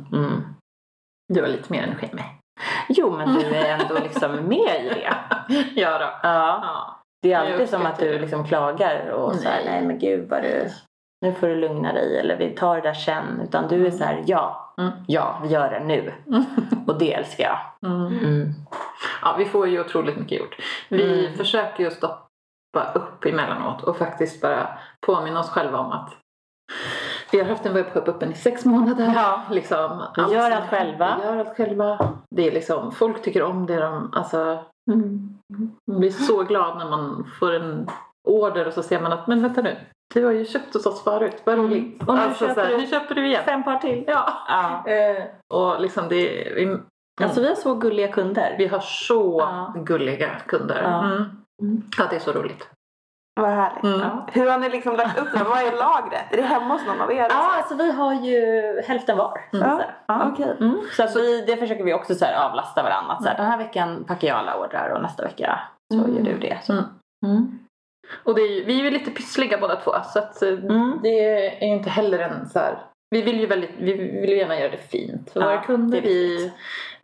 Du har lite mer energi än mig. Jo, men du är ändå liksom med i det. Ja då. Ja. Det är alltid som att du liksom klagar och så här, nej men gud vad du, nu får du lugna dig eller vi tar det där sen. Utan du är så här, ja, vi gör det nu. Och det älskar jag. Ja, vi får ju otroligt mycket gjort. Vi försöker ju stoppa upp emellanåt och faktiskt bara påminna oss själva om att vi har haft en webbshop öppen i 6 månader. Ja. Liksom, Vi gör allt själva. Vi gör allt själva. Det är liksom, folk tycker om det. Man blir så glad när man får en order och så ser man att, men vänta nu, du har ju köpt hos oss förut. Vad roligt. Och nu, alltså, nu köper du igen. 5 par till. Ja. Och liksom det alltså vi har så gulliga kunder. Vi har så gulliga kunder. Ja, det är så roligt. Vad härligt. Hur har ni liksom lagt upp det? Vad är lagret? Är det hemma hos någon av er? Ja, alltså vi har ju hälften var. Okej. Så att det försöker vi också så här avlasta varandra. Så här, den här veckan packar jag alla ordrar och nästa vecka så gör du det. Så. Och vi är ju lite pyssliga båda två. Så att det är inte heller en så här... Vi vill ju gärna göra det fint för våra kunder. Vi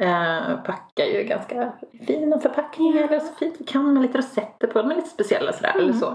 packar ju ganska fina förpackningar eller så fint vi kan med lite rosetter på, med lite speciella sådär eller så.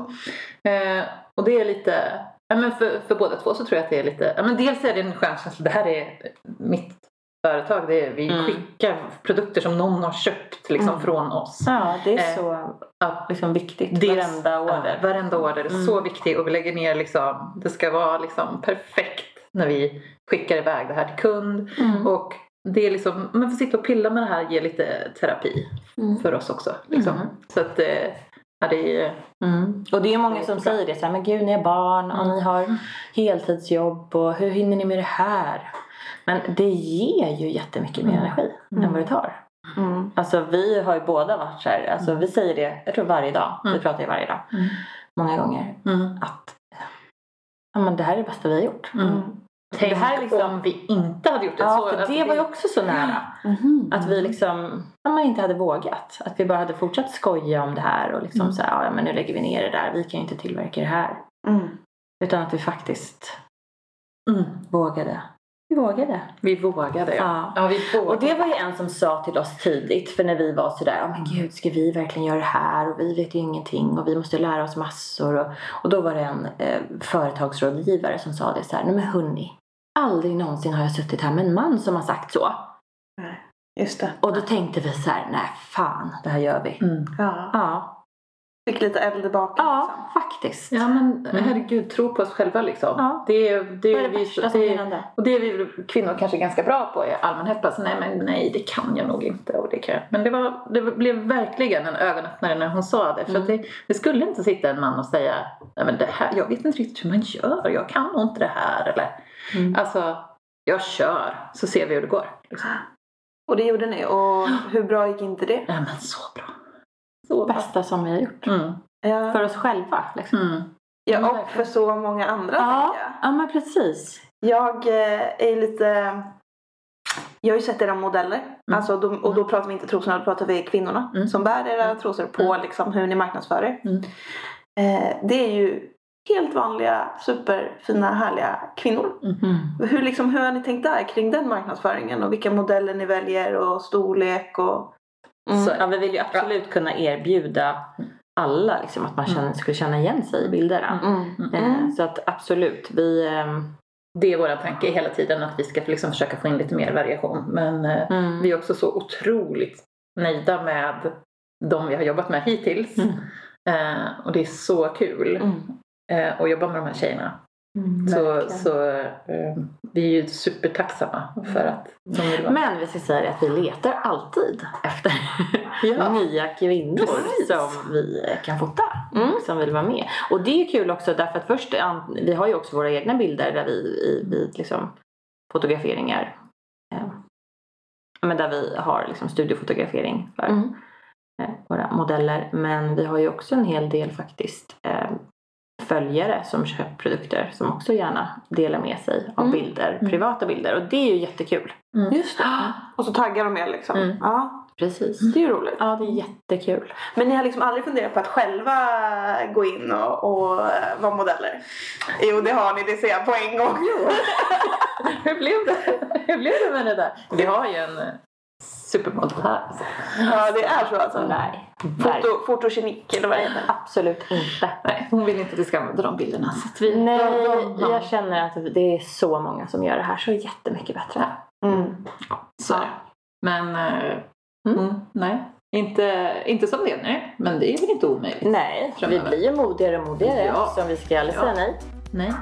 Och det är lite, men för båda två så tror jag att det är lite, men dels är det en skön känsla, det här är mitt företag, vi skickar produkter som någon har köpt liksom från oss. Ja, det är så liksom viktigt. Varenda order är så viktigt och vi lägger ner liksom, det ska vara liksom perfekt när vi skickar iväg det här till kund. Och det är liksom, man får sitta och pilla med det här, ge lite terapi för oss också liksom. Så att det är och det är många som säger det så här, men gud, ni är barn och ni har heltidsjobb och hur hinner ni med det här? Men det ger ju jättemycket mer energi än vad det tar. Alltså vi har ju båda varit så här, alltså vi säger det, jag tror varje dag, vi pratar ju varje dag många gånger att men det här är det bästa vi har gjort. Tänk det här liksom, om vi inte hade gjort det. Ja, så, för det var ju också så nära. Att vi liksom, man inte hade vågat. Att vi bara hade fortsatt skoja om det här. Och liksom så här, ja men nu lägger vi ner det där. Vi kan ju inte tillverka det här. Utan att vi faktiskt vågade. Vi vågade, ja. Ja, vi vågade. Och det var ju en som sa till oss tidigt. För när vi var sådär, ja men gud, ska vi verkligen göra det här? Och vi vet ju ingenting. Och vi måste lära oss massor. Och då var det en företagsrådgivare som sa det så här, nej men hörni, aldrig någonsin har jag suttit här med en man som har sagt så. Nej, just det. Och då tänkte vi så här, nej fan, det här gör vi. Ja. Fick lite eld i baken. Ja, liksom. Faktiskt. Ja, men herregud, tro på oss själva liksom. Ja. Det är vi, och det är vi kvinnor kanske ganska bra på i allmänhet. Alltså, nej, det kan jag nog inte. Och det kan jag. Men det blev verkligen en ögonöppnare när hon sa det. För att det skulle inte sitta en man och säga, nej men det här, jag vet inte riktigt hur man gör. Jag kan nog inte det här. Eller, alltså, jag kör, så ser vi hur det går. Liksom. Och det gjorde ni. Och hur bra gick inte det? Ja, men så bra. Bästa som vi har gjort. Ja. För oss själva liksom. Ja, och för så många andra. Ja, men precis. Jag är lite... Jag har ju sett era modeller. Alltså, och då pratar vi inte trosor, då pratar vi kvinnorna som bär era trosor på liksom, hur ni marknadsför er. Det är ju helt vanliga, superfina, härliga kvinnor. Hur har ni tänkt där kring den marknadsföringen? Och vilka modeller ni väljer och storlek och... Så, vi vill ju absolut kunna erbjuda alla liksom, att man skulle känna igen sig i bilderna. Så att absolut, det är vår tanke hela tiden att vi ska liksom försöka få in lite mer variation. Men vi är också så otroligt nöjda med de vi har jobbat med hittills. Och det är så kul att jobba med de här tjejerna. Så vi är ju supertacksamma för att de vill vara. Men vi ska säga att vi letar alltid efter nya kvinnor som vi kan fota, som vill vara med. Och det är kul också därför att först, vi har ju också våra egna bilder där vi liksom fotograferingar, men där vi har liksom studiofotografering för våra modeller. Men vi har ju också en hel del faktiskt följare som köper produkter som också gärna delar med sig av bilder, privata bilder, och det är ju jättekul. Just det. Och så taggar de er liksom. Ja. precis. Det är ju roligt. Ja, det är jättekul. Men ni har liksom aldrig funderat på att själva gå in och vara modeller? Jo, det har ni, det ser jag på en gång. Hur blev det med det där? Vi har ju en supermodell här. Alltså. Ja, det är så alltså. Nej. Fotogenik eller vad det heter. Absolut inte. Nej, hon vill inte att vi ska använda de bilderna. Så att Jag känner att det är så många som gör det här så jättemycket bättre. Så. Men nej, inte som det är nu. Men det är väl inte omöjligt. Nej, vi blir ju modigare och modigare. Ja. Så vi ska aldrig säga nej. Nej.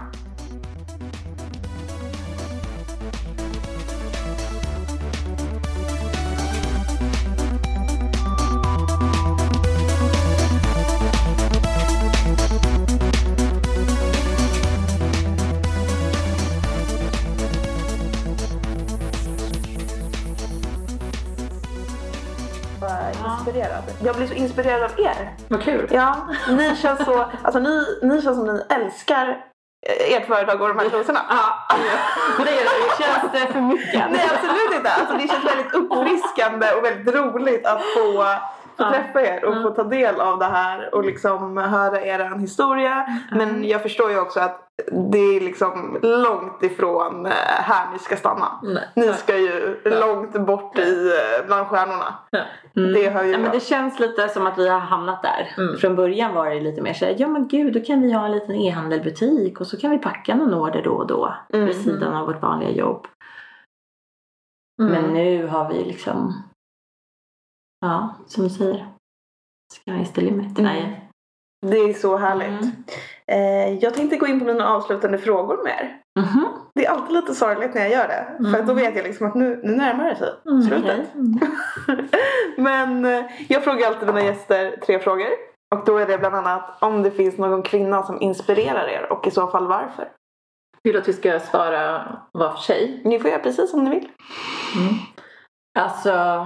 Inspirerad. Jag blir så inspirerad av er. Vad kul. Ja, ni känns så, alltså ni känns som ni älskar ert företag och de här trosorna. Det känns det för mycket. Nej, absolut inte. Alltså det känns väldigt uppfriskande och väldigt roligt att få träffa er och få ta del av det här och liksom höra er historia. Men jag förstår ju också att det är liksom långt ifrån här ni ska stanna. Ni ska ju långt bort bland stjärnorna. Det hör ju men det känns lite som att vi har hamnat där. Från början var det lite mer så här, ja men gud, då kan vi ha en liten e-handelbutik och så kan vi packa någon order då och då vid sidan av vårt vanliga jobb. Men nu har vi liksom, ja, som du säger, sky's the limit. Nej. Det är så härligt. Jag tänkte gå in på mina avslutande frågor med er. Det är alltid lite sorgligt när jag gör det. För då vet jag liksom att nu närmar det sig slutet. Men jag frågar alltid mina gäster 3 frågor. Och då är det bland annat om det finns någon kvinna som inspirerar er. Och i så fall varför. Vill du att vi ska svara var för sig? Ni får göra precis som ni vill. Alltså...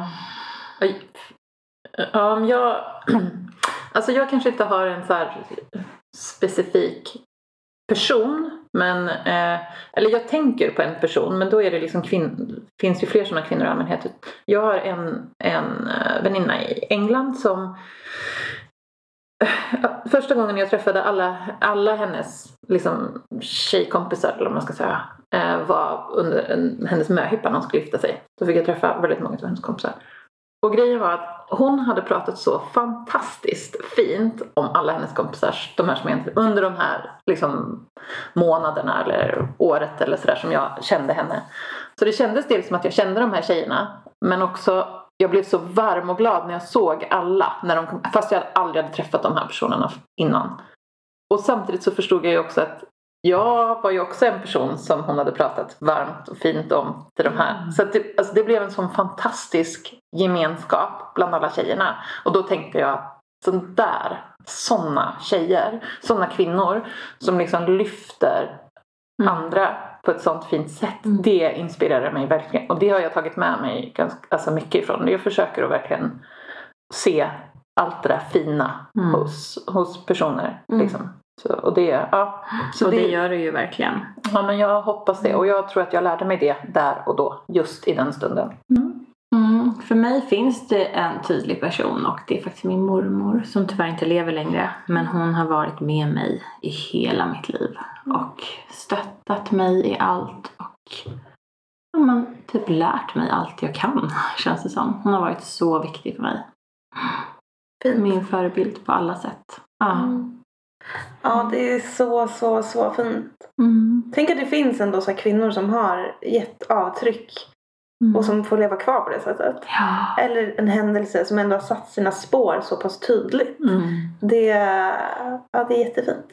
Jag kanske inte har en så här specifik person, men eller jag tänker på en person, men då är det liksom finns ju fler sådana kvinnor i allmänhet. Jag har en väninna i England som första gången jag träffade alla hennes liksom tjejkompisar, eller vad man ska säga, var under hennes möhippa när hon skulle gifta sig. Då fick jag träffa väldigt många av hennes kompisar. Och grejen var att hon hade pratat så fantastiskt fint om alla hennes kompisar, de här som egentligen under de här liksom månaderna eller året eller sådär som jag kände henne. Så det kändes dels som att jag kände de här tjejerna, men också jag blev så varm och glad när jag såg alla när de kom, fast jag aldrig hade träffat de här personerna innan. Och samtidigt så förstod jag ju också att jag var ju också en person som hon hade pratat varmt och fint om till de här. Så att det blev en sån fantastisk gemenskap bland alla tjejerna. Och då tänkte jag, såna tjejer, såna kvinnor som liksom lyfter andra på ett sånt fint sätt. Det inspirerar mig verkligen. Och det har jag tagit med mig ganska mycket ifrån. Jag försöker att verkligen se allt det där fina hos personer liksom. Och det gör du ju verkligen. Ja, men jag hoppas det. Och jag tror att jag lärde mig det där och då. Just i den stunden. För mig finns det en tydlig person. Och det är faktiskt min mormor. Som tyvärr inte lever längre. Men hon har varit med mig i hela mitt liv. Och stöttat mig i allt. Och typ lärt mig allt jag kan. Känns det som. Hon har varit så viktig för mig. Min förebild på alla sätt. Ja, det är så fint. Tänk att det finns ändå så här kvinnor som har gett avtryck och som får leva kvar på det sättet. Eller en händelse som ändå har satt sina spår så pass tydligt. Det är jättefint.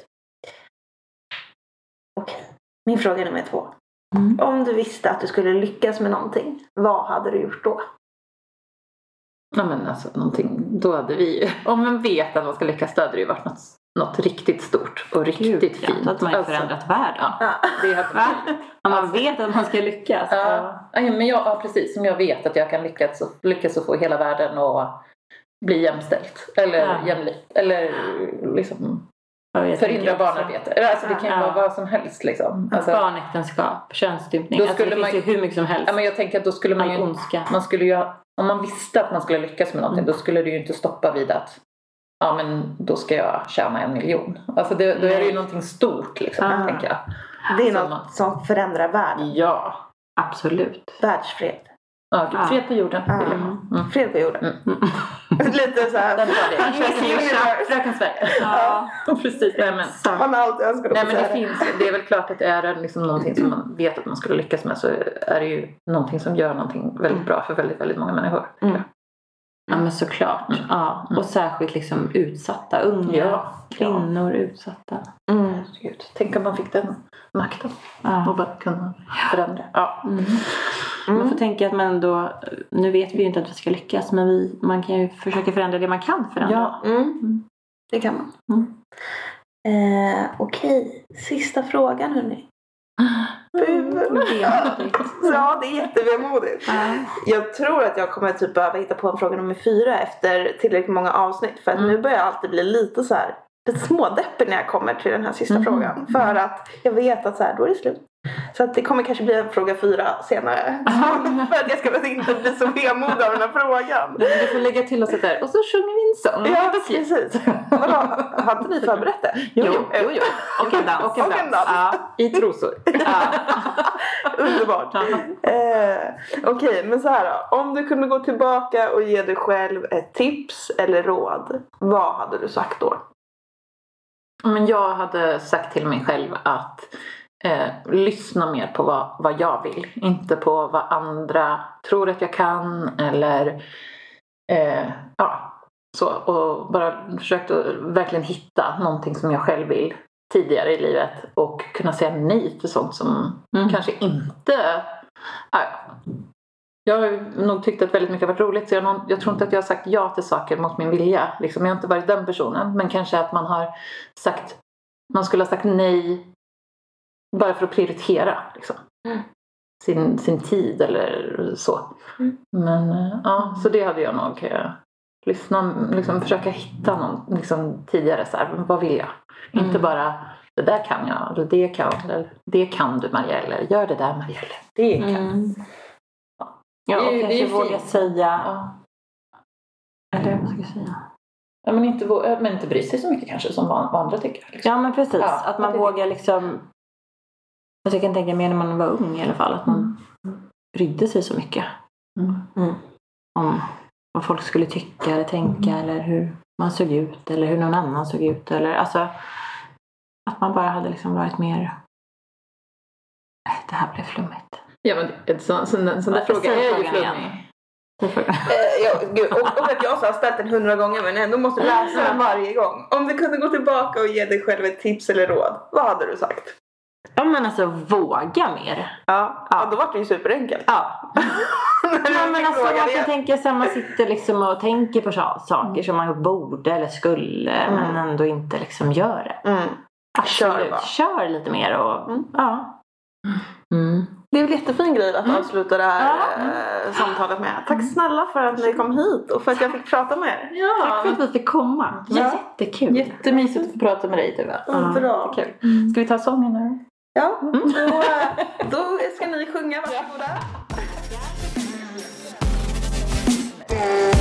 Okej, min fråga nummer 2. Om du visste att du skulle lyckas med någonting, vad hade du gjort då? Ja, men alltså någonting, då hade vi, om man vet att man ska lyckas, då hade det ju varit något riktigt stort och riktigt fint. Att man har förändrat världen. Det hade om man vet att man ska lyckas. Men precis, som jag vet att jag kan lyckas att få hela världen och bli jämställt. Eller jämlikt. Eller liksom Förhindra barnarbete. Alltså det kan ju vara vad som helst liksom. Alltså, barnäktenskap, könsstympning. Då alltså, skulle det finns ju hur mycket som helst. Ja, men jag tänker att då skulle man ju... Man skulle ju om man visste att man skulle lyckas med någonting, då skulle det ju inte stoppa vid att ja, men då ska jag tjäna 1 miljon. Alltså då är det ju någonting stort liksom, tänker jag. Det är något som förändrar världen. Ja, absolut. Världsfred. Ja, fred på jorden. Fred på jorden. Lite så här. Fröken Sverige. Ja, precis. Nej, men man har alltid önskat nej, men det är väl klart att det är liksom någonting som man vet att man skulle lyckas med, så är det ju någonting som gör någonting väldigt bra för väldigt, väldigt många människor. Ja, men såklart. Ja. Och särskilt liksom utsatta, unga kvinnor utsatta. Gud. Tänk om man fick den makten och bara kunna förändra. Man får tänka att man då, nu vet vi ju inte att vi ska lyckas, men man kan ju försöka förändra det man kan förändra. Det kan man. Okej, sista frågan hörni. Ja, det är jättevemodigt. Jag tror att jag kommer typ behöva hitta på en fråga nummer 4 efter tillräckligt många avsnitt. För att nu börjar jag alltid bli lite så här lite smådeppig när jag kommer till den här sista frågan. För att jag vet att så här, då är det slut. Så att det kommer kanske bli en fråga 4 senare. För att jag ska inte bli så vemodig av den här frågan. Du får lägga till oss där. Och så sjunger vi en sång. Ja, precis. Vadå? Har inte ni förberett det? Jo. Och en dans. Och en dans. Ja, i trosor. Underbart. Okej, men så här då. Om du kunde gå tillbaka och ge dig själv ett tips eller råd, vad hade du sagt då? Men jag hade sagt till mig själv att lyssna mer på vad jag vill. Inte på vad andra tror att jag kan. Eller så. Och bara försökt att verkligen hitta någonting som jag själv vill tidigare i livet. Och kunna säga nej till sånt som kanske inte... Jag har nog tyckt att väldigt mycket har varit roligt. Så jag tror inte att jag har sagt ja till saker mot min vilja. Liksom, jag har inte varit den personen. Men kanske att man skulle ha sagt nej bara för att prioritera liksom. Sin tid eller så. Men så det hade jag nog lyssna, liksom, försöka hitta någon liksom, tidigare så här, vad vill jag? Inte bara det där kan jag, eller det kan, eller det kan du Marielle, gör det där Marielle, det kan. Ja, och kanske våga säga eller vad ska jag säga? Ja, men inte bry sig så mycket kanske som vad andra tycker. Liksom. Ja, men precis. Att man vågar liksom... Jag kan tänka mer när man var ung i alla fall. Att man brydde sig så mycket. Om vad folk skulle tycka eller tänka. Eller hur man såg ut. Eller hur någon annan såg ut. Eller, alltså, att man bara hade liksom varit mer... Det här blev flummigt. Ja, men sån där fråga är ju flummig. Och att jag har ställt den 100 gånger men ändå måste läsa den varje gång. Om du kunde gå tillbaka och ge dig själv ett tips eller råd, vad hade du sagt? Ja, men alltså våga mer. Ja, då var det ju superenkelt. Ja. Men alltså man kan tänka sig att man sitter liksom och tänker på saker som man borde eller skulle men ändå inte liksom gör det. Kör lite mer och Det är väl jättefin grej att avsluta det här samtalet med. Tack snälla för att ni kom hit och för att jag fick prata med er. Tack för att vi fick komma. Jättekul. Jättemysigt att få prata med dig, Tuva. Bra. Kul. Ska vi ta sången nu? Ja, då ska ni sjunga. Varsågoda.